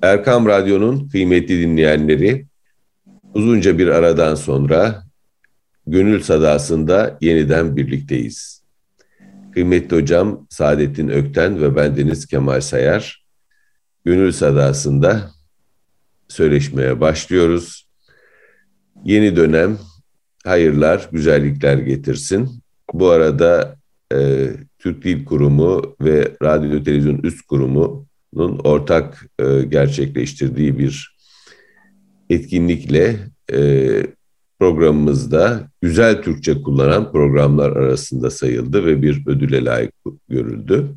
Erkam Radyo'nun kıymetli dinleyenleri, uzunca bir aradan sonra Gönül Sadası'nda yeniden birlikteyiz. Kıymetli hocam Saadettin Ökten ve bendeniz Kemal Sayar, Gönül Sadası'nda söyleşmeye başlıyoruz. Yeni dönem hayırlar, güzellikler getirsin. Bu arada Türk Dil Kurumu ve Radyo Televizyon Üst Kurumu'nun ortak gerçekleştirdiği bir etkinlikle programımızda güzel Türkçe kullanan programlar arasında sayıldı ve bir ödüle layık görüldü.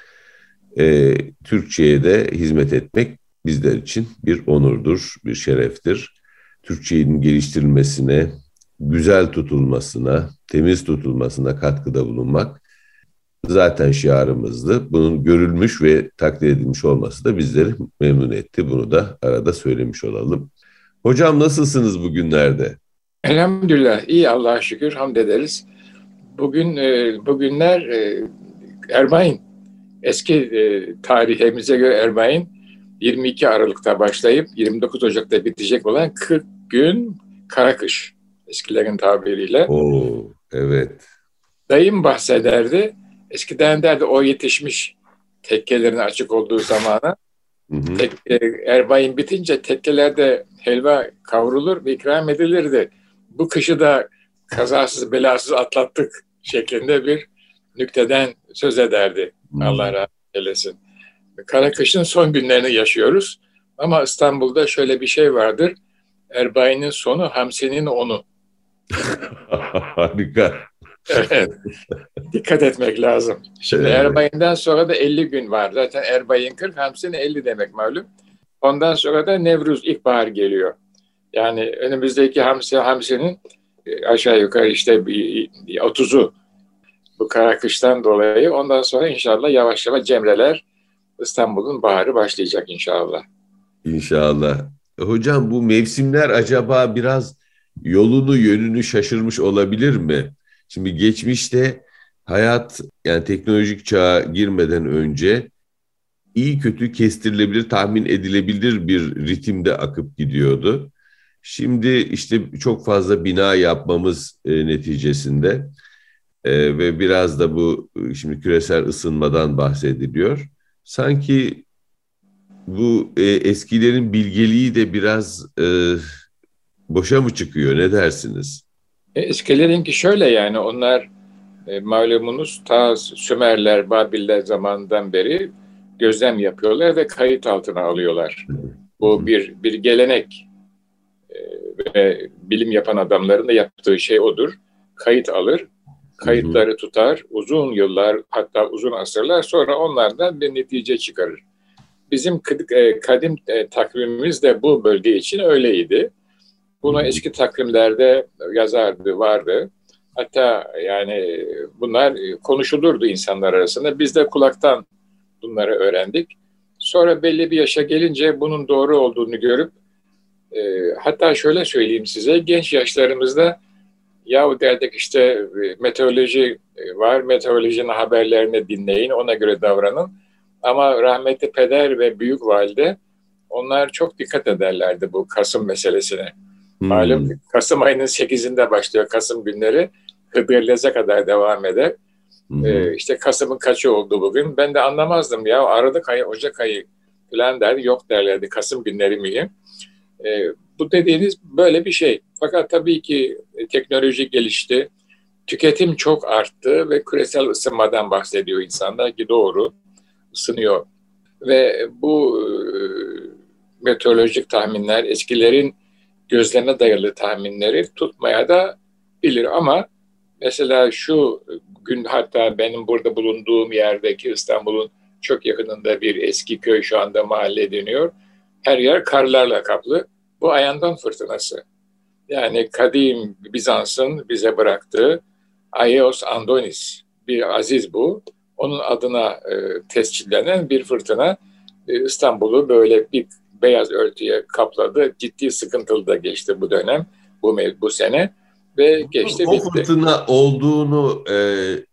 Türkçe'ye de hizmet etmek bizler için bir onurdur, bir şereftir. Türkçe'nin geliştirilmesine, güzel tutulmasına, temiz tutulmasına katkıda bulunmak zaten şiarımızdı. Bunun görülmüş ve takdir edilmiş olması da bizleri memnun etti. Bunu da arada söylemiş olalım. Hocam nasılsınız bugünlerde? Elhamdülillah, iyi Allah'a şükür, hamd ederiz. Bugünler Erbain, eski tarihimize göre Erbain 22 Aralık'ta başlayıp 29 Ocak'ta bitecek olan 40 gün kara kış, eskilerin tabiriyle. Oo, evet. Dayım bahsederdi, eskiden derdi o yetişmiş tekkelerin açık olduğu zamana. Erbain bitince tekkelerde helva kavrulur ve ikram edilirdi. Bu kışı da kazasız belasız atlattık şeklinde bir nükteden söz ederdi. Allah rahmet eylesin. Kara kışın son günlerini yaşıyoruz. Ama İstanbul'da şöyle bir şey vardır. Erbain'in sonu, Hamsi'nin onu. Harika. Evet. Dikkat etmek lazım. Şimdi evet. Erbain'den sonra da 50 gün var. Zaten Erbain 40, Hamsi'nin 50 demek malum. Ondan sonra da Nevruz, ilkbahar geliyor. Yani önümüzdeki Hamsi'nin aşağı yukarı işte 30'u bu kara kıştan dolayı. Ondan sonra inşallah yavaş yavaş cemreler, İstanbul'un baharı başlayacak inşallah. İnşallah. Hocam bu mevsimler acaba biraz yolunu yönünü şaşırmış olabilir mi? Şimdi geçmişte hayat, yani teknolojik çağa girmeden önce iyi kötü kestirilebilir, tahmin edilebilir bir ritimde akıp gidiyordu. Şimdi işte çok fazla bina yapmamız neticesinde ve biraz da bu şimdi küresel ısınmadan bahsediliyor. Sanki bu eskilerin bilgeliği de biraz boşa mı çıkıyor? Ne dersiniz? Eskilerinki şöyle, yani onlar malumunuz ta Sümerler, Babiller zamanından beri gözlem yapıyorlar ve kayıt altına alıyorlar. Bu bir gelenek ve bilim yapan adamların da yaptığı şey odur. Kayıt alır, kayıtları tutar, uzun yıllar, hatta uzun asırlar sonra onlardan bir netice çıkarır. Bizim kadim takvimimiz de bu bölge için öyleydi. Bunu eski takvimlerde yazardı, vardı. Hatta yani bunlar konuşulurdu insanlar arasında. Biz de kulaktan bunları öğrendik. Sonra belli bir yaşa gelince bunun doğru olduğunu görüp hatta şöyle söyleyeyim size, genç yaşlarımızda yahu derdik işte meteoroloji var, meteorolojinin haberlerini dinleyin, ona göre davranın. Ama rahmetli peder ve büyük valide onlar çok dikkat ederlerdi bu Kasım meselesine. Malum Kasım ayının 8'inde başlıyor Kasım günleri. Hıdrellez'e kadar devam eder. İşte Kasım'ın kaçı oldu bugün? Ben de anlamazdım ya. Aralık ayı, Ocak ayı falan derdi. Yok derlerdi. Kasım günleri mühim. Bu dediğiniz böyle bir şey. Fakat tabii ki teknoloji gelişti. Tüketim çok arttı ve küresel ısınmadan bahsediyor insanlar ki doğru. Isınıyor. Ve bu meteorolojik tahminler, eskilerin gözleme dayalı tahminleri tutmaya da bilir. Ama mesela şu gün, hatta benim burada bulunduğum yerdeki İstanbul'un çok yakınında bir eski köy, şu anda mahalle deniyor. Her yer karlarla kaplı. Bu Ayandan fırtınası. Yani kadim Bizans'ın bize bıraktığı Aios Andonis, bir aziz bu. Onun adına tescillenen bir fırtına İstanbul'u böyle bir beyaz örtüye kapladı. Ciddi sıkıntılı da geçti bu dönem, bu sene ve geçti o bitti. fırtına olduğunu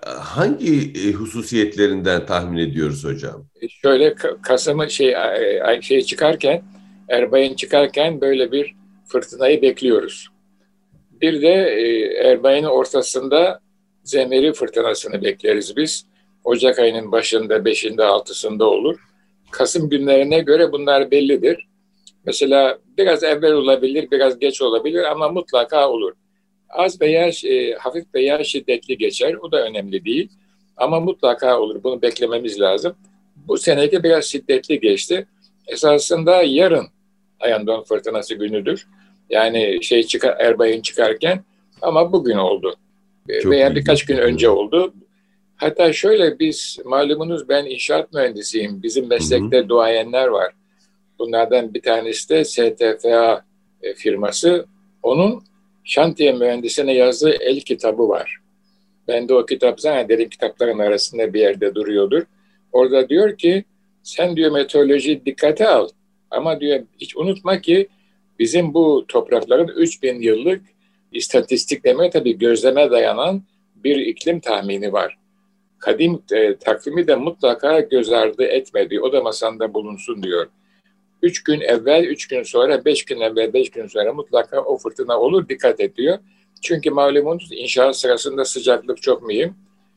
hangi hususiyetlerinden tahmin ediyoruz hocam? Şöyle Kasım'ı çıkarken, Erbay'ın çıkarken böyle bir fırtınayı bekliyoruz. Bir de Erbay'ın ortasında Zemheri fırtınasını bekleriz biz. Ocak ayının başında, 5'inde, 6'sında olur. Kasım günlerine göre bunlar bellidir. Mesela biraz evvel olabilir, biraz geç olabilir ama mutlaka olur. Az veya hafif veya şiddetli geçer. O da önemli değil. Ama mutlaka olur. Bunu beklememiz lazım. Bu seneki biraz şiddetli geçti. Esasında yarın Ayandon fırtınası günüdür. Yani Erbay'ın çıkarken, ama bugün oldu. Çok Veya birkaç ilginç. gün önce oldu. Hatta şöyle, biz malumunuz, ben inşaat mühendisiyim. Bizim Hı hı. meslekte duayenler var. Bunlardan bir tanesi de STFA firması. Onun şantiye mühendisine yazdığı el kitabı var. Ben de o kitap zannederim kitapların arasında bir yerde duruyordur. Orada diyor ki, sen diyor meteorolojiyi dikkate al. Ama diyor hiç unutma ki bizim bu toprakların 3000 yıllık istatistikleme, tabii gözleme dayanan bir iklim tahmini var. Kadim takvimi de mutlaka göz ardı etme diyor. O da masanda bulunsun diyor. 3 gün evvel, 3 gün sonra, 5 gün evvel, 5 gün sonra mutlaka o fırtına olur, dikkat et diyor. Çünkü malumunuz inşaat sırasında sıcaklık çok mühim.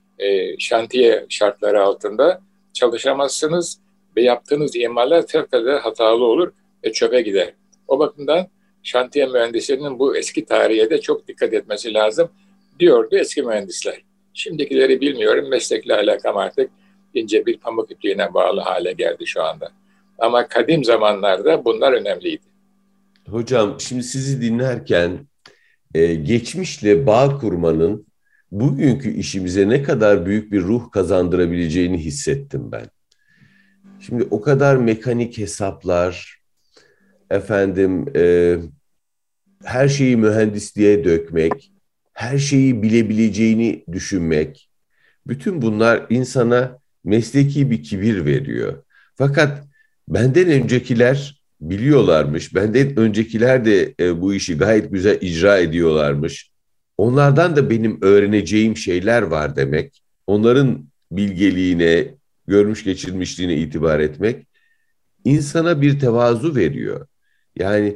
Şantiye şartları altında çalışamazsınız ve yaptığınız imalar fevkalade hatalı olur ve çöpe gider. O bakımdan şantiye mühendislerinin bu eski tarihe de çok dikkat etmesi lazım diyordu eski mühendisler. Şimdikileri bilmiyorum, meslekle alakam artık ince bir pamuk ipliğine bağlı hale geldi şu anda. Ama kadim zamanlarda bunlar önemliydi. Hocam şimdi sizi dinlerken geçmişle bağ kurmanın bugünkü işimize ne kadar büyük bir ruh kazandırabileceğini hissettim ben. Şimdi o kadar mekanik hesaplar, efendim her şeyi mühendisliğe dökmek, her şeyi bilebileceğini düşünmek, bütün bunlar insana mesleki bir kibir veriyor. Fakat benden öncekiler biliyorlarmış, benden öncekiler de bu işi gayet güzel icra ediyorlarmış. Onlardan da benim öğreneceğim şeyler var demek. Onların bilgeliğine, görmüş geçirmişliğine itibar etmek insana bir tevazu veriyor. Yani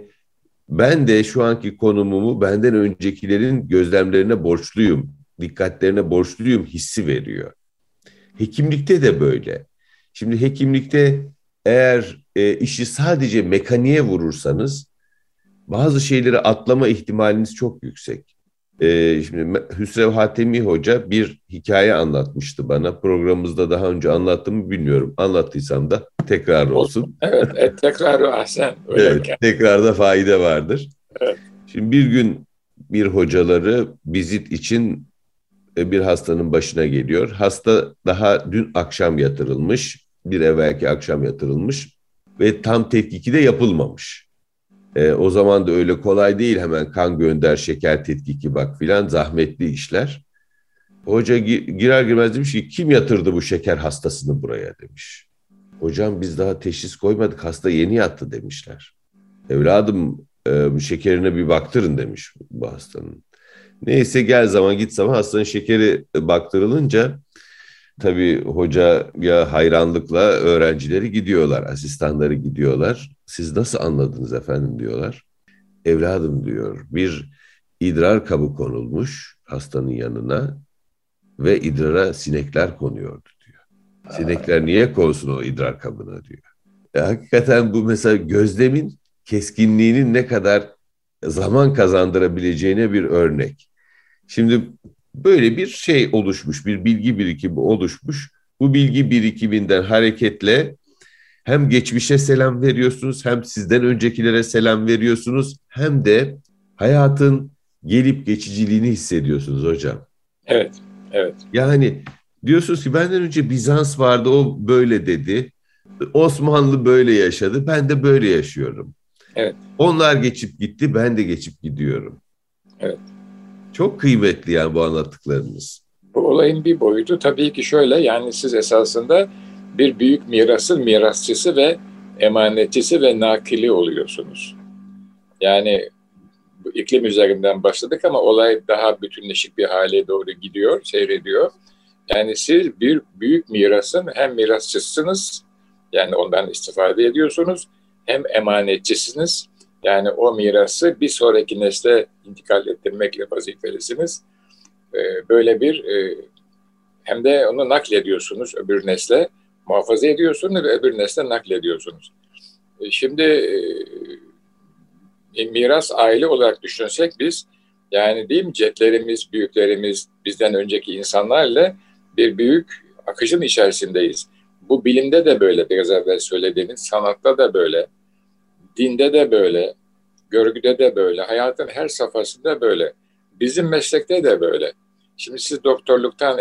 ben de şu anki konumumu benden öncekilerin gözlemlerine borçluyum, dikkatlerine borçluyum hissi veriyor. Hekimlikte de böyle. Şimdi hekimlikte eğer işi sadece mekaniğe vurursanız bazı şeyleri atlama ihtimaliniz çok yüksek. Şimdi Hüsrev Hatemi Hoca bir hikaye anlatmıştı bana. Programımızda daha önce anlattım mı bilmiyorum. Anlattıysam da tekrar olsun. Evet, tekrarı ahsen. Evet, Öyle. tekrarda fayda vardır. Evet. Şimdi bir gün bir hocaları vizit için bir hastanın başına geliyor. Hasta daha dün akşam yatırılmış, bir evvelki akşam yatırılmış ve tam tetkiki de yapılmamış. O zaman da öyle kolay değil, hemen kan gönder, şeker tetkiki bak filan, zahmetli işler. Hoca girer girmez demiş ki kim yatırdı bu şeker hastasını buraya demiş. Hocam biz daha teşhis koymadık, hasta yeni yattı demişler. Evladım şekerine bir baktırın demiş bu hastanın. Neyse gel zaman git zaman hastanın şekeri baktırılınca tabii hocaya hayranlıkla öğrencileri gidiyorlar, asistanları gidiyorlar. Siz nasıl anladınız efendim diyorlar. Evladım diyor, bir idrar kabı konulmuş hastanın yanına ve idrara sinekler konuyordu diyor. Sinekler niye konsun o idrar kabına diyor. Hakikaten bu mesela gözlemin keskinliğinin ne kadar zaman kazandırabileceğine bir örnek. Şimdi böyle bir şey oluşmuş, bir bilgi birikimi oluşmuş. Bu bilgi birikiminden hareketle hem geçmişe selam veriyorsunuz, hem sizden öncekilere selam veriyorsunuz, hem de hayatın gelip geçiciliğini hissediyorsunuz hocam. Evet, evet. Yani diyorsunuz ki benden önce Bizans vardı, o böyle dedi. Osmanlı böyle yaşadı, ben de böyle yaşıyorum. Evet, Onlar geçip gitti, ben de geçip gidiyorum. evet. Çok kıymetli yani bu anlattıklarınız. Bu olayın bir boyutu tabii ki şöyle, yani siz esasında bir büyük mirasın mirasçısı ve emanetçisi ve nakili oluyorsunuz. Yani bu iklim üzerinden başladık ama olay daha bütünleşik bir hale doğru gidiyor, seyrediyor. Yani siz bir büyük mirasın hem mirasçısınız, yani ondan istifade ediyorsunuz, hem emanetçisiniz. Yani o mirası bir sonraki nesle intikal ettirmekle vazifelisiniz. Böyle bir hem de onu naklediyorsunuz öbür nesle, muhafaza ediyorsunuz ve öbür nesle naklediyorsunuz. Şimdi miras aile olarak düşünsek biz, yani değil mi, cetlerimiz, büyüklerimiz, bizden önceki insanlarla bir büyük akışın içerisindeyiz. Bu bilimde de böyle, biraz evvel söylediğiniz, sanatta da böyle, dinde de böyle, görgüde de böyle, hayatın her safhasında böyle. Bizim meslekte de böyle. Şimdi siz doktorluktan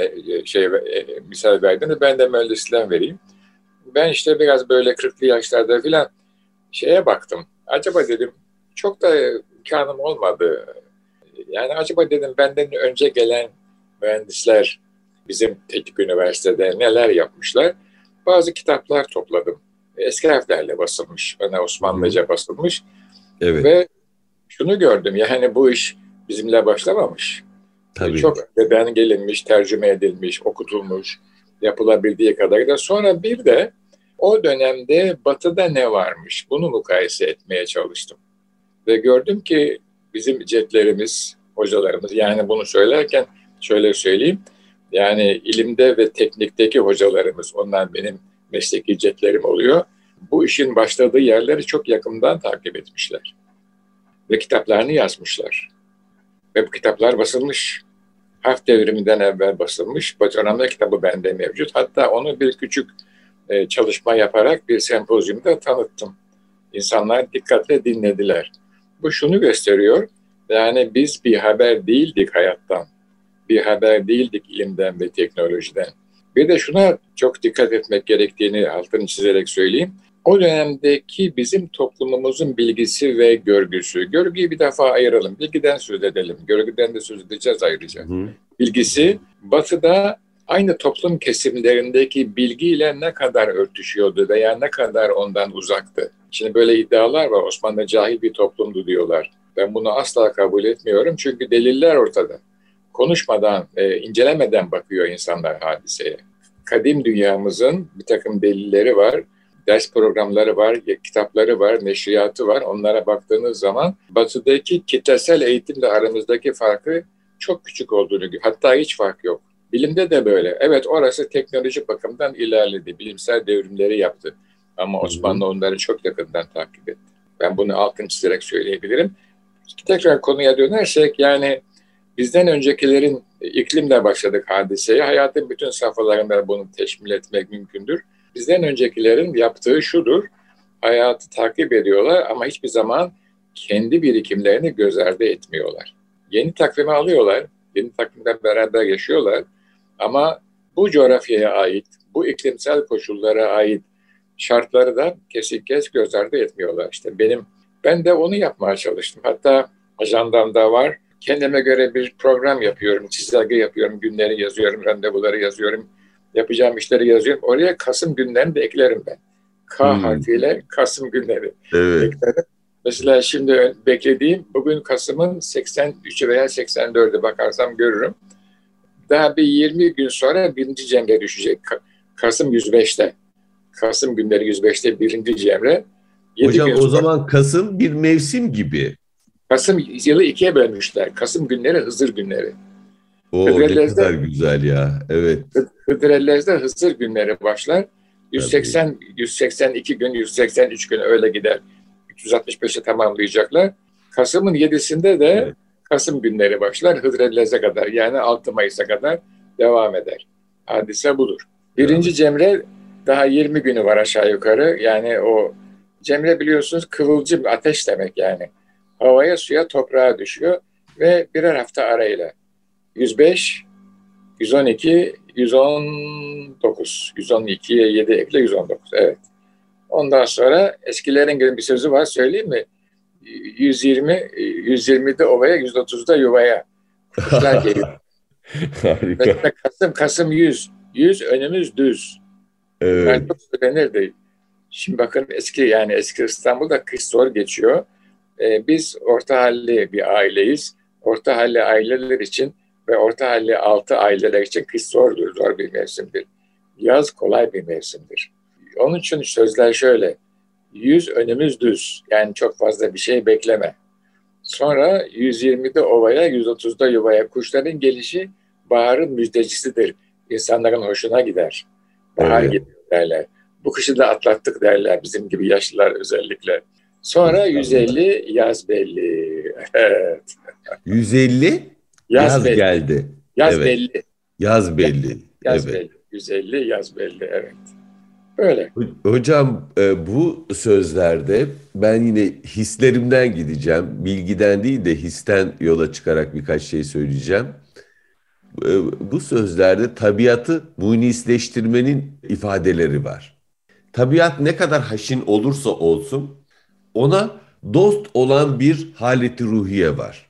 misal verdiniz, ben de mühendislikten vereyim. Ben işte biraz böyle 40'lı yaşlarda filan şeye baktım. Acaba dedim, çok da imkanım olmadı. Yani acaba dedim, benden önce gelen mühendisler bizim teknik üniversitede neler yapmışlar? Bazı kitaplar topladım. Eski harflerle basılmış, öne Osmanlıca basılmış. Evet. Ve şunu gördüm, yani bu iş bizimle başlamamış. Tabii. Çok önceden gelinmiş, tercüme edilmiş, okutulmuş, yapılabildiği kadar da. Sonra bir de o dönemde Batı'da ne varmış, bunu mukayese etmeye çalıştım. Ve gördüm ki bizim cetlerimiz, hocalarımız, yani bunu söylerken şöyle söyleyeyim, yani ilimde ve teknikteki hocalarımız, onlar benim mesleki cetlerim oluyor. Bu işin başladığı yerleri çok yakından takip etmişler ve kitaplarını yazmışlar. Ve bu kitaplar basılmış. Harf devriminden evvel basılmış. Bacanamda kitabı bende mevcut. Hatta onu bir küçük çalışma yaparak bir sempozyumda tanıttım. İnsanlar dikkatle dinlediler. Bu şunu gösteriyor. Yani biz bir haber değildik hayattan. Bir haber değildik ilimden ve teknolojiden. Bir de şuna çok dikkat etmek gerektiğini altını çizerek söyleyeyim. O dönemdeki bizim toplumumuzun bilgisi ve görgüsü. Görgüyü bir defa ayıralım. Bilgiden söz edelim. Görgüden de söz edeceğiz ayrıca. Bilgisi Batı'da aynı toplum kesimlerindeki bilgiyle ne kadar örtüşüyordu veya ne kadar ondan uzaktı. Şimdi böyle iddialar var. Osmanlı cahil bir toplumdu diyorlar. Ben bunu asla kabul etmiyorum. Çünkü deliller ortada. Konuşmadan, incelemeden bakıyor insanlar hadiseye. Kadim dünyamızın bir takım delilleri var, ders programları var, kitapları var, neşriyatı var. Onlara baktığınız zaman Batı'daki kitlesel eğitimle aramızdaki farkı çok küçük olduğunu, hatta hiç fark yok. Bilimde de böyle. Evet, orası teknoloji bakımından ilerledi, bilimsel devrimleri yaptı. Ama Osmanlı onları çok yakından takip etti. Ben bunu altını çizerek söyleyebilirim. Tekrar konuya dönersek, yani bizden öncekilerin iklimle başladık hadiseye. Hayatın bütün safhalarında bunu teşmil etmek mümkündür. Bizden öncekilerin yaptığı şudur: hayatı takip ediyorlar ama hiçbir zaman kendi birikimlerini göz ardı etmiyorlar. Yeni takvimi alıyorlar, yeni takvimle beraber yaşıyorlar ama bu coğrafyaya ait, bu iklimsel koşullara ait şartları da kesik kes göz ardı etmiyorlar. İşte ben de onu yapmaya çalıştım. Hatta ajandamda var. Kendime göre bir program yapıyorum, çizelge yapıyorum, günleri yazıyorum, randevuları yazıyorum, yapacağım işleri yazıyorum. Oraya Kasım günlerini de eklerim ben. K harfiyle Kasım günleri Evet. eklerim. Mesela şimdi beklediğim, bugün Kasım'ın 83'ü veya 84'ü, bakarsam görürüm. Daha bir 20 gün sonra birinci cemre düşecek. Kasım 105'te. Kasım günleri 105'te birinci cemre. 7 Hocam gün o sonra zaman Kasım bir mevsim gibi. Kasım yılı ikiye bölmüşler. Kasım günleri, Hızır günleri. O ne kadar Hıdrellez'de güzel ya. Evet. Hıdrellez'de Hızır günleri başlar. Tabii. 182 gün, 183 gün öyle gider. 365'i tamamlayacaklar. Kasım'ın 7'sinde de Evet. Kasım günleri başlar. Hıdrellez'e kadar, yani 6 Mayıs'a kadar devam eder. Hadise budur. Devam Birinci et. Cemre daha 20 günü var aşağı yukarı. Yani o Cemre, biliyorsunuz, kıvılcım, ateş demek yani. Havaya, suya, toprağa düşüyor ve birer hafta arayla 105, 112, 119. 112'ye 7 ekle 119. Evet. Ondan sonra eskilerin bir sözü var, söyleyeyim mi? 120, 120'de ovaya, 130'da yuvaya. Kuşlar geliyor. Harika. Mesela Kasım 100. 100 önümüz düz. Bunlar Evet. çok söylenirdi. Şimdi bakın, eski İstanbul'da kış zor geçiyor. Biz orta halli bir aileyiz. Orta halli aileler için ve orta halli 6 aileler için kış zordur, zor bir mevsimdir. Yaz kolay bir mevsimdir. Onun için sözler şöyle: 100 önümüz düz, yani çok fazla bir şey bekleme. Sonra 120'de ovaya, 130'da yuvaya. Kuşların gelişi baharın müjdecisidir. İnsanların hoşuna gider. Bahar Evet. geliyor derler. Bu kışı da atlattık derler, bizim gibi yaşlılar özellikle. Sonra İnşallah. 150 yaz belli. Evet. 150 Yaz yaz belli. geldi. Yaz Evet. belli. Yaz Yaz, belli. yaz Evet. belli. 150 yaz belli. Evet. Böyle. Hocam bu sözlerde ben yine hislerimden gideceğim. Bilgiden değil de histen yola çıkarak birkaç şey söyleyeceğim. Bu sözlerde tabiatı munisleştirmenin ifadeleri var. Tabiat ne kadar haşin olursa olsun ona dost olan bir haleti ruhiye var.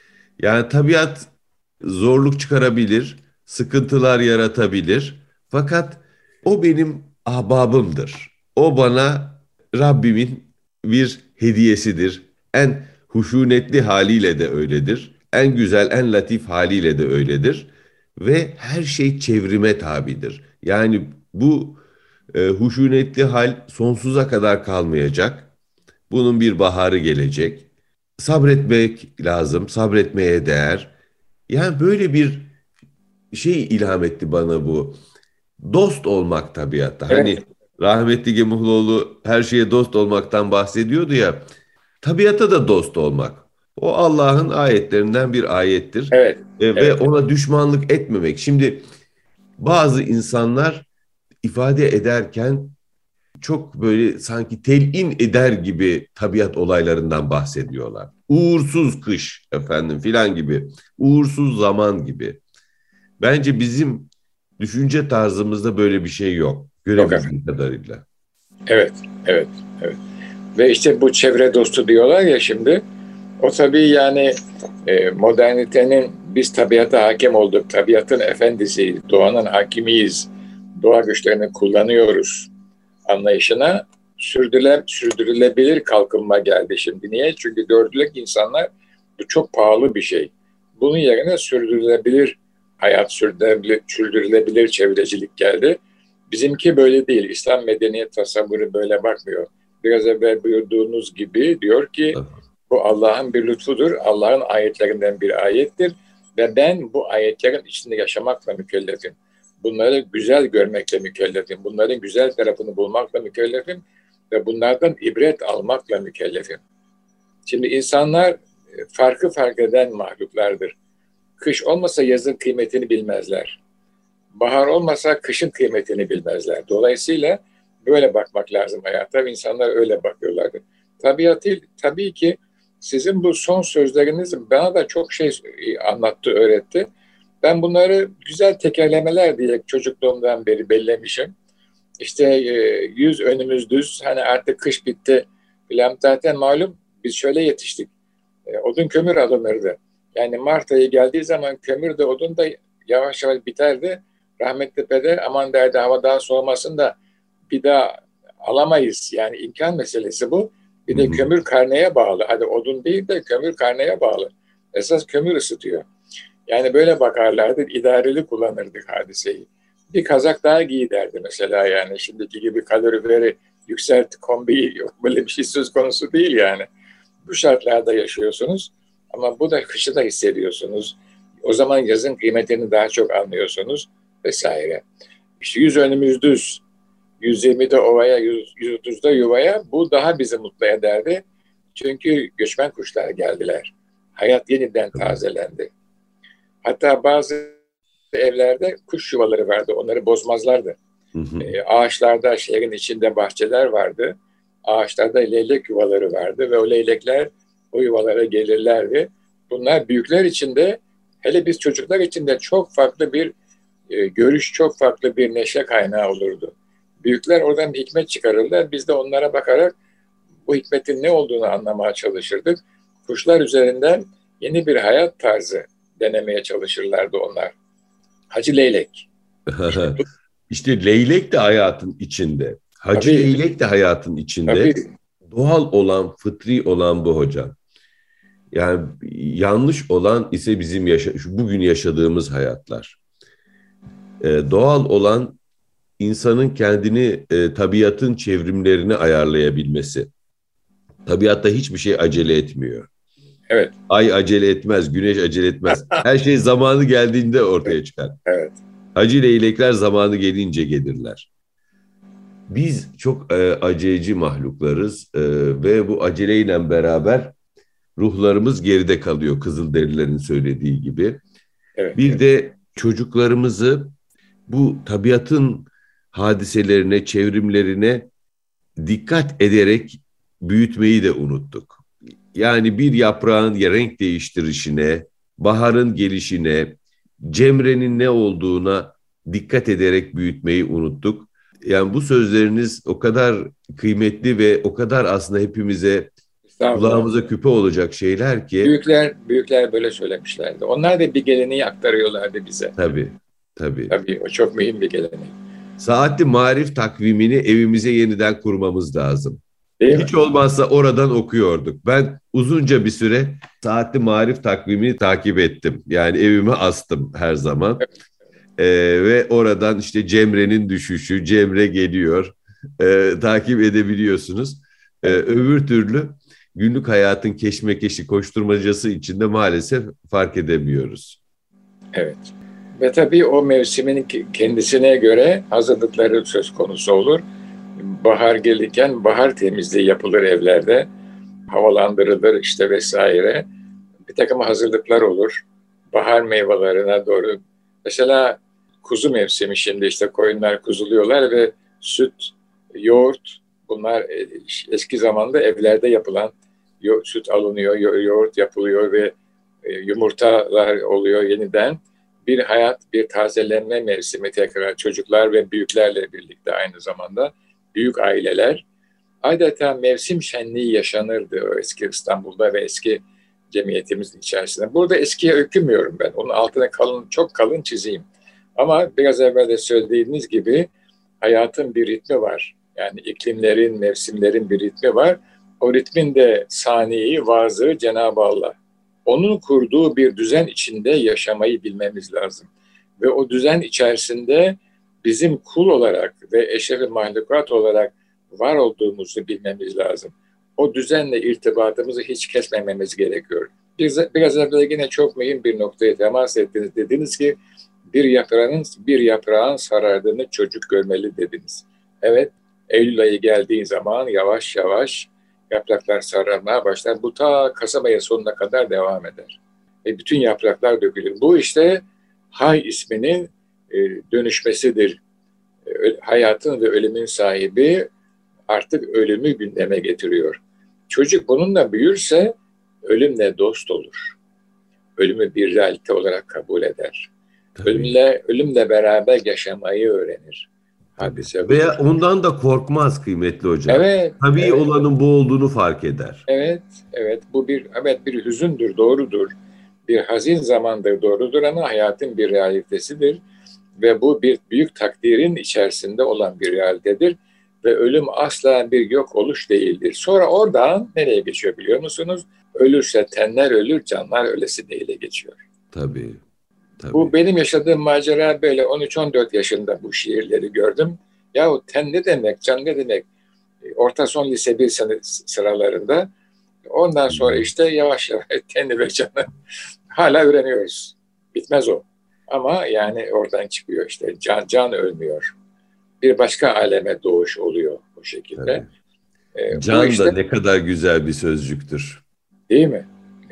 Yani tabiat zorluk çıkarabilir, sıkıntılar yaratabilir. Fakat o benim ahbabımdır. O bana Rabbimin bir hediyesidir. En huşunetli haliyle de öyledir. En güzel, en latif haliyle de öyledir. Ve her şey çevrime tabidir. Yani bu huşunetli hal sonsuza kadar kalmayacak. Bunun bir baharı gelecek. Sabretmek lazım, sabretmeye değer. Yani böyle bir şey ilham etti bana bu. Dost olmak tabiatta. Hani Evet. rahmetli Gemuhluoğlu her şeye dost olmaktan bahsediyordu ya. Tabiata da dost olmak. O Allah'ın ayetlerinden bir ayettir. Evet. Ve Evet. ona düşmanlık etmemek. Şimdi bazı insanlar ifade ederken çok böyle sanki telin eder gibi tabiat olaylarından bahsediyorlar. Uğursuz kış efendim filan gibi, uğursuz zaman gibi. Bence bizim düşünce tarzımızda böyle bir şey yok. Yok efendim. Görebildiğim kadarıyla. Evet. Evet. Evet. Ve işte bu çevre dostu diyorlar ya şimdi. O tabii yani modernitenin biz tabiata hakim olduk, tabiatın efendisiyiz, doğanın hakimiyiz, doğa güçlerini kullanıyoruz anlayışına sürdürülebilir kalkınma geldi şimdi. Niye? Çünkü gördüler ki insanlar bu çok pahalı bir şey. Bunun yerine sürdürülebilir hayat, sürdürülebilir çevrecilik geldi. Bizimki böyle değil. İslam medeniyet tasavvuru böyle bakmıyor. Biraz evvel buyurduğunuz gibi diyor ki bu Allah'ın bir lütfudur, Allah'ın ayetlerinden bir ayettir ve ben bu ayetlerin içinde yaşamakla mükellefim. Bunları güzel görmekle mükellefim. Bunların güzel tarafını bulmakla mükellefim ve bunlardan ibret almakla mükellefim. Şimdi insanlar fark eden mahluklardır. Kış olmasa yazın kıymetini bilmezler. Bahar olmasa kışın kıymetini bilmezler. Dolayısıyla böyle bakmak lazım hayata. İnsanlar öyle bakıyorlardı. Tabii ki sizin bu son sözleriniz bana da çok şey anlattı, öğretti. Ben bunları güzel tekerlemeler diye çocukluğumdan beri bellemişim. İşte 100 önümüz düz, hani artık kış bitti filan. Zaten malum biz şöyle yetiştik. Odun kömür alınırdı. Yani Mart ayı geldiği zaman kömür de odun da yavaş yavaş biterdi. Rahmetli peder aman derdi hava daha soğumasın da bir daha alamayız. Yani imkan meselesi bu. Hı Bir de hı. kömür karneye bağlı. Hadi odun değil de kömür karneye bağlı. Esas kömür ısıtıyor. Yani böyle bakarlardı, idareli kullanırdık hadiseyi. Bir kazak daha giy derdi mesela, yani şimdiki gibi kaloriferi yükselt kombiyi yok. Böyle bir şey söz konusu değil yani. Bu şartlarda yaşıyorsunuz ama bu da kışı da hissediyorsunuz. O zaman yazın kıymetini daha çok anlıyorsunuz vesaire. İşte 100 önümüz düz, 120'de ovaya, 130'da yuvaya, bu daha bizi mutlu ederdi. Çünkü göçmen kuşlar geldiler. Hayat yeniden Tabii. tazelendi. Hatta bazı evlerde kuş yuvaları vardı. Onları bozmazlardı. Hı hı. Ağaçlarda, şehrin içinde bahçeler vardı. Ağaçlarda leylek yuvaları vardı ve o leylekler o yuvalara gelirlerdi. Bunlar büyükler için de, hele biz çocuklar için de çok farklı bir görüş, çok farklı bir neşe kaynağı olurdu. Büyükler oradan bir hikmet çıkarırlar. Biz de onlara bakarak bu hikmetin ne olduğunu anlamaya çalışırdık. Kuşlar üzerinden yeni bir hayat tarzı denemeye çalışırlardı onlar. Hacı Leylek. İşte bu İşte leylek de hayatın içinde. Hacı tabii, leylek de hayatın içinde. tabii, Doğal olan, fıtri olan bu hocam. Yani yanlış olan ise bizim bugün yaşadığımız hayatlar. Doğal olan insanın kendini tabiatın çevrimlerine ayarlayabilmesi. Tabiatta hiçbir şey acele etmiyor. Evet. Ay acele etmez, güneş acele etmez. Her şey zamanı geldiğinde ortaya çıkar. Evet. Hacı leylekler zamanı gelince gelirler. Biz çok aceleci mahluklarız ve bu aceleyle beraber ruhlarımız geride kalıyor, Kızılderililerin söylediği gibi. Evet. Bir de çocuklarımızı bu tabiatın hadiselerine, çevrimlerine dikkat ederek büyütmeyi de unuttuk. Yani bir yaprağın renk değiştirişine, baharın gelişine, cemrenin ne olduğuna dikkat ederek büyütmeyi unuttuk. Yani bu sözleriniz o kadar kıymetli ve o kadar aslında hepimize, kulağımıza küpe olacak şeyler ki. Büyükler böyle söylemişlerdi. Onlar da bir geleneği aktarıyorlardı bize. Tabii, tabii. Tabii o çok mühim bir gelenek. Saatli marif takvimini evimize yeniden kurmamız lazım. Değil Hiç mi? olmazsa oradan okuyorduk. Ben uzunca bir süre saatli marif takvimini takip ettim. Yani evime astım her zaman. Ve oradan işte Cemre'nin düşüşü, Cemre geliyor. Takip edebiliyorsunuz. Öbür türlü günlük hayatın keşmekeşi, koşturmacası içinde maalesef fark edemiyoruz. Evet. Ve tabii o mevsimin kendisine göre hazırlıkları söz konusu olur. Bahar gelirken bahar temizliği yapılır evlerde. Havalandırılır işte vesaire. Bir takım hazırlıklar olur. Bahar meyvelerine doğru. Mesela kuzu mevsimi, şimdi işte koyunlar kuzuluyorlar ve süt, yoğurt, bunlar eski zamanda evlerde yapılan süt alınıyor, yoğurt yapılıyor ve yumurtalar oluyor yeniden. Bir hayat, bir tazelenme mevsimi tekrar, çocuklar ve büyüklerle birlikte aynı zamanda büyük aileler. Adeta mevsim şenliği yaşanırdı o eski İstanbul'da ve eski cemiyetimizin içerisinde. Burada eskiye öykümüyorum ben. Onun altına çok kalın çizeyim. Ama biraz evvel de söylediğiniz gibi hayatın bir ritmi var. Yani iklimlerin, mevsimlerin bir ritmi var. O ritmin de saniyeyi, vaazı Cenab-ı Allah. Onun kurduğu bir düzen içinde yaşamayı bilmemiz lazım. Ve o düzen içerisinde bizim kul olarak ve eşrefi mahlukat olarak var olduğumuzu bilmemiz lazım. O düzenle irtibatımızı hiç kesmememiz gerekiyor. Biraz evvel yine çok mühim bir noktaya temas ettiniz. Dediniz ki bir yaprağın sarardığını çocuk görmeli dediniz. Evet, Eylül ayı geldiği zaman yavaş yavaş yapraklar sararmaya başlar. Bu ta Kasım ayı sonuna kadar devam eder. Bütün yapraklar dökülür. Bu işte Hay isminin dönüşmesidir. Hayatın ve ölümün sahibi artık ölümü gündeme getiriyor. Çocuk bununla büyürse ölümle dost olur. Ölümü bir realite olarak kabul eder. Ölümle beraber yaşamayı öğrenir. Hadise budur. Veya ondan da korkmaz kıymetli hocam. Evet. Tabii evet. olanın bu olduğunu fark eder. Evet. Bu bir hüzündür, doğrudur. Bir hazin zamandır, doğrudur ama hayatın bir realitesidir. Ve bu bir büyük takdirin içerisinde olan bir realitedir. Ve ölüm asla bir yok oluş değildir. Sonra oradan nereye geçiyor biliyor musunuz? Ölürse tenler ölür, canlar ölesi değile geçiyor. Tabii. Bu benim yaşadığım macera böyle. 13-14 yaşında bu şiirleri gördüm. Yahu ten ne demek, can ne demek? Orta son lise 1 sene sıralarında. Ondan sonra işte yavaş yavaş tenli ve canı hala öğreniyoruz. Bitmez o. Ama yani oradan çıkıyor işte. Can ölmüyor. Bir başka aleme doğuş oluyor bu şekilde. Can işte, da ne kadar güzel bir sözcüktür. Değil mi?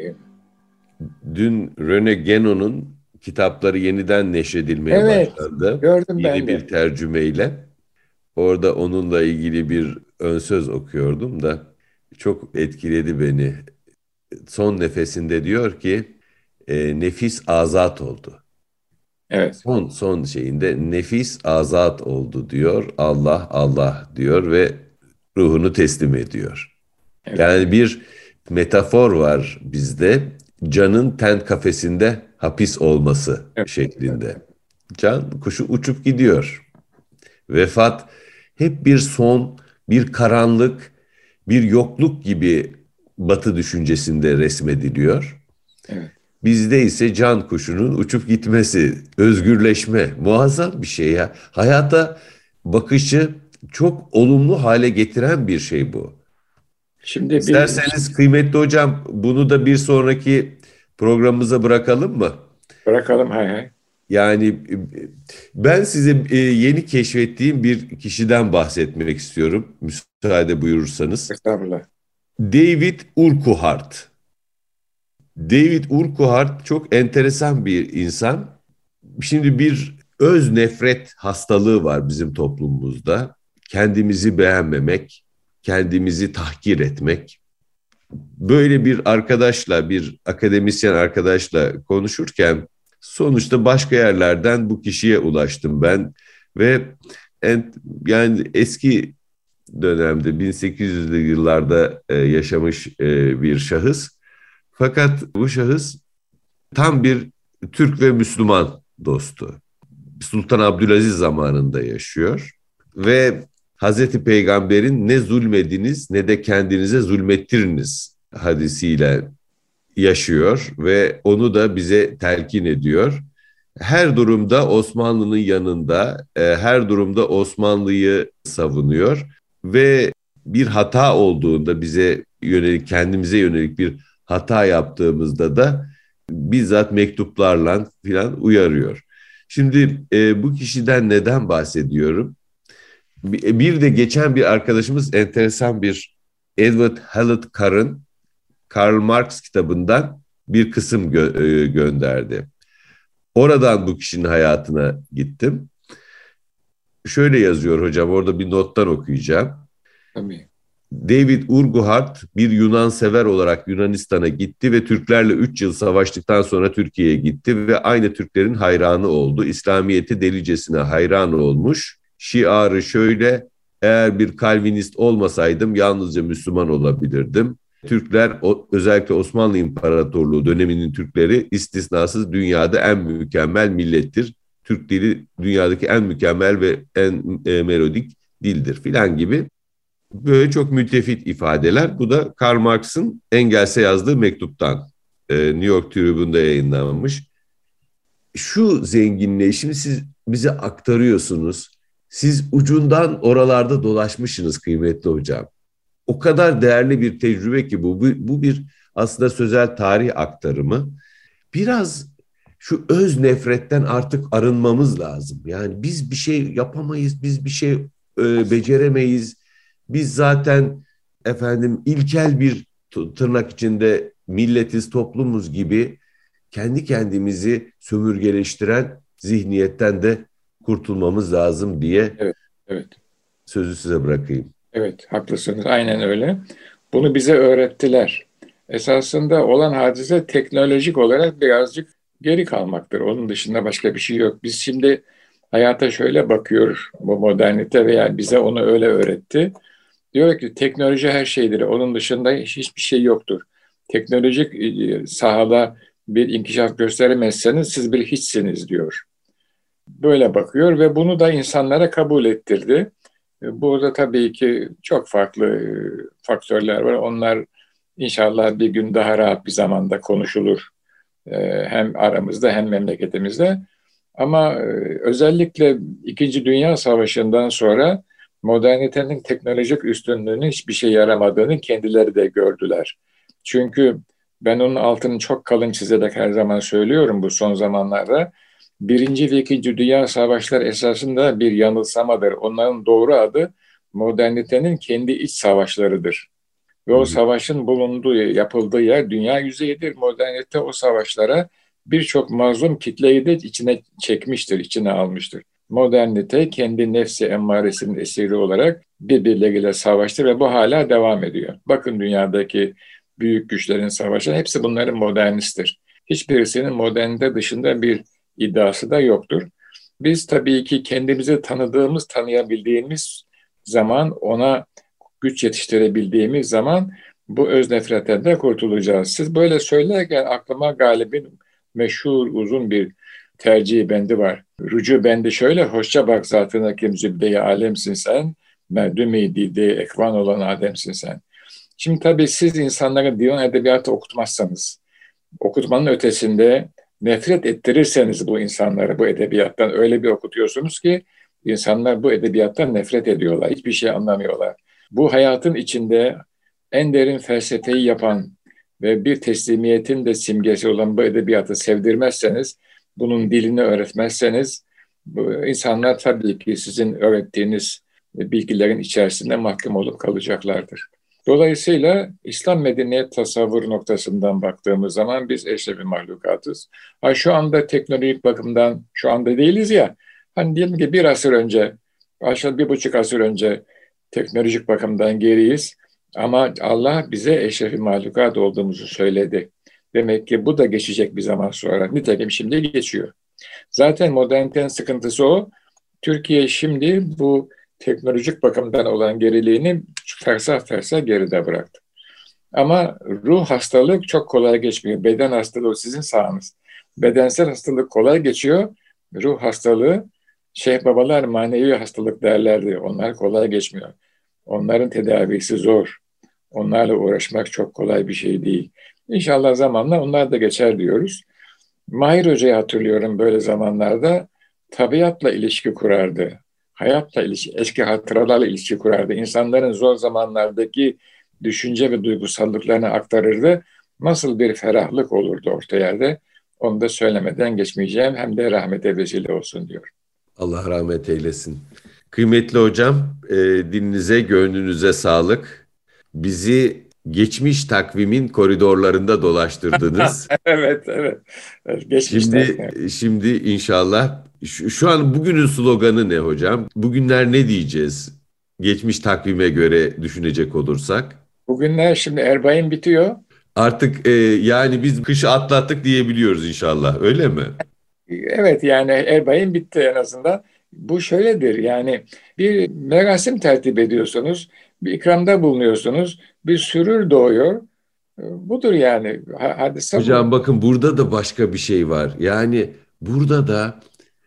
Dün René Guénon'un kitapları yeniden neşredilmeye başlandı. Gördüm Yeni ben de. bir tercümeyle. Orada onunla ilgili bir ön söz okuyordum da çok etkiledi beni. Son nefesinde diyor ki nefis azat oldu. Evet. Son şeyinde nefis azat oldu diyor. Allah Allah diyor ve ruhunu teslim ediyor. Evet. Yani bir metafor var bizde. Canın ten kafesinde hapis olması şeklinde. Can kuşu uçup gidiyor. Vefat hep bir son, bir karanlık, bir yokluk gibi Batı düşüncesinde resmediliyor. Evet. Bizde ise can kuşunun uçup gitmesi, özgürleşme muazzam bir şey ya. Hayata bakışı çok olumlu hale getiren bir şey bu. Şimdi bir İsterseniz kıymetli hocam bunu da bir sonraki programımıza bırakalım mı? bırakalım, hay hay. Yani ben size yeni keşfettiğim bir kişiden bahsetmek istiyorum. Müsaade buyurursanız. Estağfurullah. David Urquhart. David Urquhart çok enteresan bir insan. Şimdi bir öz nefret hastalığı var bizim toplumumuzda. Kendimizi beğenmemek, kendimizi tahkir etmek. Böyle bir arkadaşla, bir akademisyen arkadaşla konuşurken sonuçta başka yerlerden bu kişiye ulaştım ben ve yani eski dönemde 1800'lü yıllarda yaşamış bir şahıs. Fakat bu şahıs tam bir Türk ve Müslüman dostu. Sultan Abdülaziz zamanında yaşıyor ve Hazreti Peygamber'in ne zulmediniz ne de kendinize zulmettiriniz hadisiyle yaşıyor ve onu da bize telkin ediyor. Her durumda Osmanlı'nın yanında, her durumda Osmanlı'yı savunuyor ve bir hata olduğunda bize yönelik, kendimize yönelik bir hata yaptığımızda da bizzat mektuplarla filan uyarıyor. Şimdi bu kişiden neden bahsediyorum? Bir de geçen bir arkadaşımız enteresan bir Edward Hallett Carr'ın Karl Marx kitabından bir kısım gönderdi. Oradan bu kişinin hayatına gittim. Şöyle yazıyor hocam, orada bir nottan okuyacağım. Tabii. David Urquhart bir Yunan sever olarak Yunanistan'a gitti ve Türklerle 3 yıl savaştıktan sonra Türkiye'ye gitti ve aynı Türklerin hayranı oldu. İslamiyet'e delicesine hayran olmuş. Şiarı şöyle: eğer bir Kalvinist olmasaydım yalnızca Müslüman olabilirdim. Türkler, özellikle Osmanlı İmparatorluğu döneminin Türkleri istisnasız dünyada en mükemmel millettir. Türk dili dünyadaki en mükemmel ve en melodik dildir filan gibi. Böyle çok mütefit ifadeler. Bu da Karl Marx'ın Engels'e yazdığı mektuptan New York Tribune'da yayınlanmış. Şu zenginliği şimdi siz bize aktarıyorsunuz. Siz ucundan oralarda dolaşmışsınız kıymetli hocam. O kadar değerli bir tecrübe ki bu. Bu bir aslında sözel tarih aktarımı. Biraz şu öz nefretten artık arınmamız lazım. Yani biz bir şey yapamayız, biz bir şey beceremeyiz. Biz zaten efendim ilkel bir tırnak içinde milletiz, toplumuz gibi kendi kendimizi sömürgeleştiren zihniyetten de kurtulmamız lazım diye Evet, evet. sözü size bırakayım. Evet, haklısınız. Aynen öyle. Bunu bize öğrettiler. Esasında olan hadise teknolojik olarak birazcık geri kalmaktır. Onun dışında başka bir şey yok. Biz şimdi hayata şöyle bakıyoruz. Bu modernite veya bize onu öyle öğretti. Diyor ki teknoloji her şeydir. Onun dışında hiçbir şey yoktur. Teknolojik sahada bir inkişaf gösteremezseniz siz bir hiçsiniz diyor. Böyle bakıyor ve bunu da insanlara kabul ettirdi. Burada tabii ki çok farklı faktörler var. Onlar inşallah bir gün daha rahat bir zamanda konuşulur. Hem aramızda hem memleketimizde. Ama özellikle İkinci Dünya Savaşı'ndan sonra modernitenin teknolojik üstünlüğünün hiçbir şey yaramadığını kendileri de gördüler. Çünkü ben onun altını çok kalın çizerek her zaman söylüyorum bu son zamanlarda. Birinci ve İkinci Dünya Savaşları esasında bir yanılsamadır. Onların doğru adı modernitenin kendi iç savaşlarıdır. Ve Hı o hı. savaşın bulunduğu, yapıldığı yer dünya yüzeyidir. Modernite o savaşlara birçok mazlum kitleyi de içine çekmiştir, içine almıştır. Modernite kendi nefsi emmaresinin esiri olarak birbirleriyle savaştı ve bu hala devam ediyor. Bakın dünyadaki büyük güçlerin savaşı hepsi bunların modernisttir. Hiçbirisinin modernite dışında bir iddiası da yoktur. Biz tabii ki kendimizi tanıdığımız, tanıyabildiğimiz zaman, ona güç yetiştirebildiğimiz zaman bu öz nefretten de kurtulacağız. Siz böyle söylerken aklıma Galip'in meşhur uzun bir tercih bendi var. Rücu bendi şöyle: hoşça bak zatına kim zübde-i alemsin sen, merdüm-i dide ekvan olan Ademsin sen. Şimdi tabii siz insanlara divan edebiyatı okutmazsanız, okutmanın ötesinde nefret ettirirseniz bu insanları bu edebiyattan öyle bir okutuyorsunuz ki insanlar bu edebiyattan nefret ediyorlar. Hiçbir şey anlamıyorlar. Bu hayatın içinde en derin felsefeyi yapan ve bir teslimiyetin de simgesi olan bu edebiyatı sevdirmezseniz, bunun dilini öğretmezseniz, bu insanlar tabii ki sizin öğrettiğiniz bilgilerin içerisinde mahkum olup kalacaklardır. Dolayısıyla İslam medeniyet tasavvuru noktasından baktığımız zaman biz eşrefi mahlukatız. Ha, şu anda teknolojik bakımdan şu anda değiliz ya. Hani diyelim ki bir asır önce, aşağı 1,5 asır önce teknolojik bakımdan geriyiz. Ama Allah bize eşrefi mahlukat olduğumuzu söyledi. Demek ki bu da geçecek bir zaman sonra. Nitekim şimdi geçiyor. Zaten modernitenin sıkıntısı o. Türkiye şimdi bu teknolojik bakımdan olan geriliğini fersah fersah geride bıraktı. Ama ruh hastalığı çok kolay geçmiyor. Beden hastalığı sizin sahanız. Bedensel hastalık kolay geçiyor. Ruh hastalığı, şeyh babalar manevi hastalık derlerdi. Onlar kolay geçmiyor. Onların tedavisi zor. Onlarla uğraşmak çok kolay bir şey değil. İnşallah zamanla onlar da geçer diyoruz. Mahir Hoca'yı hatırlıyorum böyle zamanlarda. Tabiatla ilişki kurardı. Hayatla ilişki, eski hatıralarla ilişki kurardı. İnsanların zor zamanlardaki düşünce ve duygusallıklarını aktarırdı. Nasıl bir ferahlık olurdu orta yerde. Onu da söylemeden geçmeyeceğim. Hem de rahmete vesile olsun diyor. Allah rahmet eylesin. Kıymetli hocam, dilinize, gönlünüze sağlık. Bizi geçmiş takvimin koridorlarında dolaştırdınız. Evet, evet. Geçmişten. Şimdi inşallah şu an bugünün sloganı ne hocam? Bugünler ne diyeceğiz? Geçmiş takvime göre düşünecek olursak. Bugünler şimdi Erbay'ın bitiyor. Artık yani biz kışı atlattık diyebiliyoruz inşallah. Öyle mi? Evet yani Erbay'ın bitti en azından. Bu şöyledir yani bir merasim tertip ediyorsunuz, bir ikramda bulunuyorsunuz, bir sürür doğuyor. Budur yani hadise bu. Hocam bakın burada da başka bir şey var. Yani burada da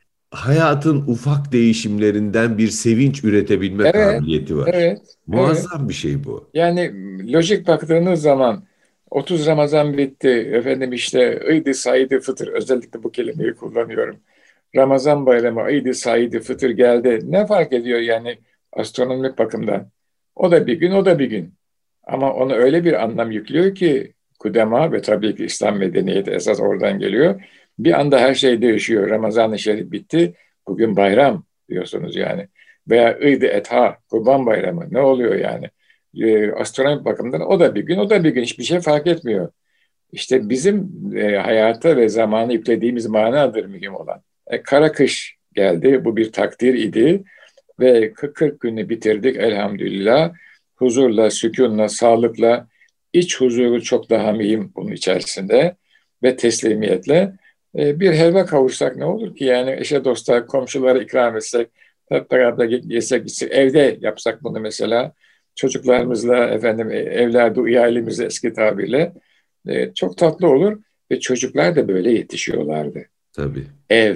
hayatın ufak değişimlerinden bir sevinç üretebilme Evet, kabiliyeti var. evet, evet. Muazzam bir şey bu. Yani lojik baktığınız zaman 30 Ramazan bitti. Efendim işte Idi Said Fıtır özellikle bu kelimeyi kullanıyorum. Ramazan bayramı Idi Said Fıtır geldi. Ne fark ediyor yani astronomik bakımdan? O da bir gün, o da bir gün. Ama ona öyle bir anlam yüklüyor ki kudema ve tabii ki İslam medeniyeti esas oradan geliyor. Bir anda her şey değişiyor. Ramazan-ı Şerif bitti. Bugün bayram diyorsunuz yani. Veya Eid-i Etha, Kurban Bayramı. Ne oluyor yani? Astronomik bakımdan o da bir gün, o da bir gün. Hiçbir şey fark etmiyor. İşte bizim hayata ve zamana yüklediğimiz manadır mühim olan. Kara kış geldi. Bu bir takdir idi. Ve 40 günü bitirdik elhamdülillah. Huzurla, sükunla, sağlıkla, iç huzuru çok daha mühim bunun içerisinde ve teslimiyetle bir helva kavursak ne olur ki yani eşe dosta komşulara ikram etsek hep beraber yesek içsek evde yapsak bunu mesela çocuklarımızla efendim evladı uyalimizle eski tabirle çok tatlı olur ve çocuklar da böyle yetişiyorlardı. Tabii, Ev,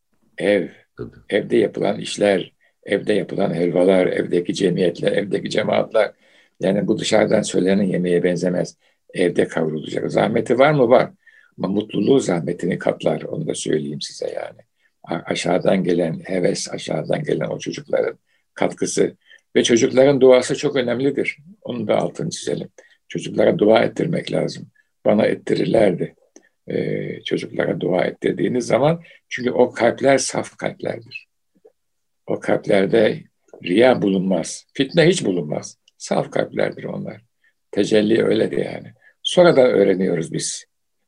ev, tabii. evde yapılan işler, evde yapılan helvalar, evdeki cemiyetler, evdeki cemaatler. Yani bu dışarıdan söylenen yemeğe benzemez. Evde kavrulacak. Zahmeti var mı? Var. Ama mutluluğu zahmetini katlar. Onu da söyleyeyim size yani. Aşağıdan gelen heves, aşağıdan gelen o çocukların katkısı ve çocukların duası çok önemlidir. Onu da altını çizelim. Çocuklara dua ettirmek lazım. Bana ettirirlerdi. Çocuklara dua ettirdiğiniz zaman çünkü o kalpler saf kalplerdir. O kalplerde riya bulunmaz. Fitne hiç bulunmaz. Saf kalplerdir onlar. Tecelli öyledir yani. Sonradan öğreniyoruz biz.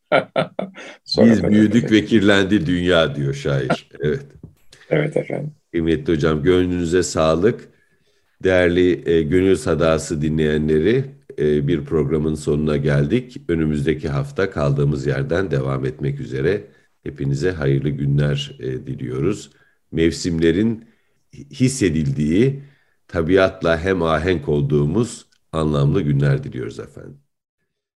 Biz Sonradan büyüdük ve öğreniyoruz. kirlendi dünya diyor şair. Evet. Evet efendim. Kıymetli hocam gönlünüze sağlık. Değerli Gönül Sadası dinleyenleri bir programın sonuna geldik. Önümüzdeki hafta kaldığımız yerden devam etmek üzere. Hepinize hayırlı günler diliyoruz. Mevsimlerin hissedildiği, tabiatla hem ahenk olduğumuz anlamlı günler diliyoruz efendim.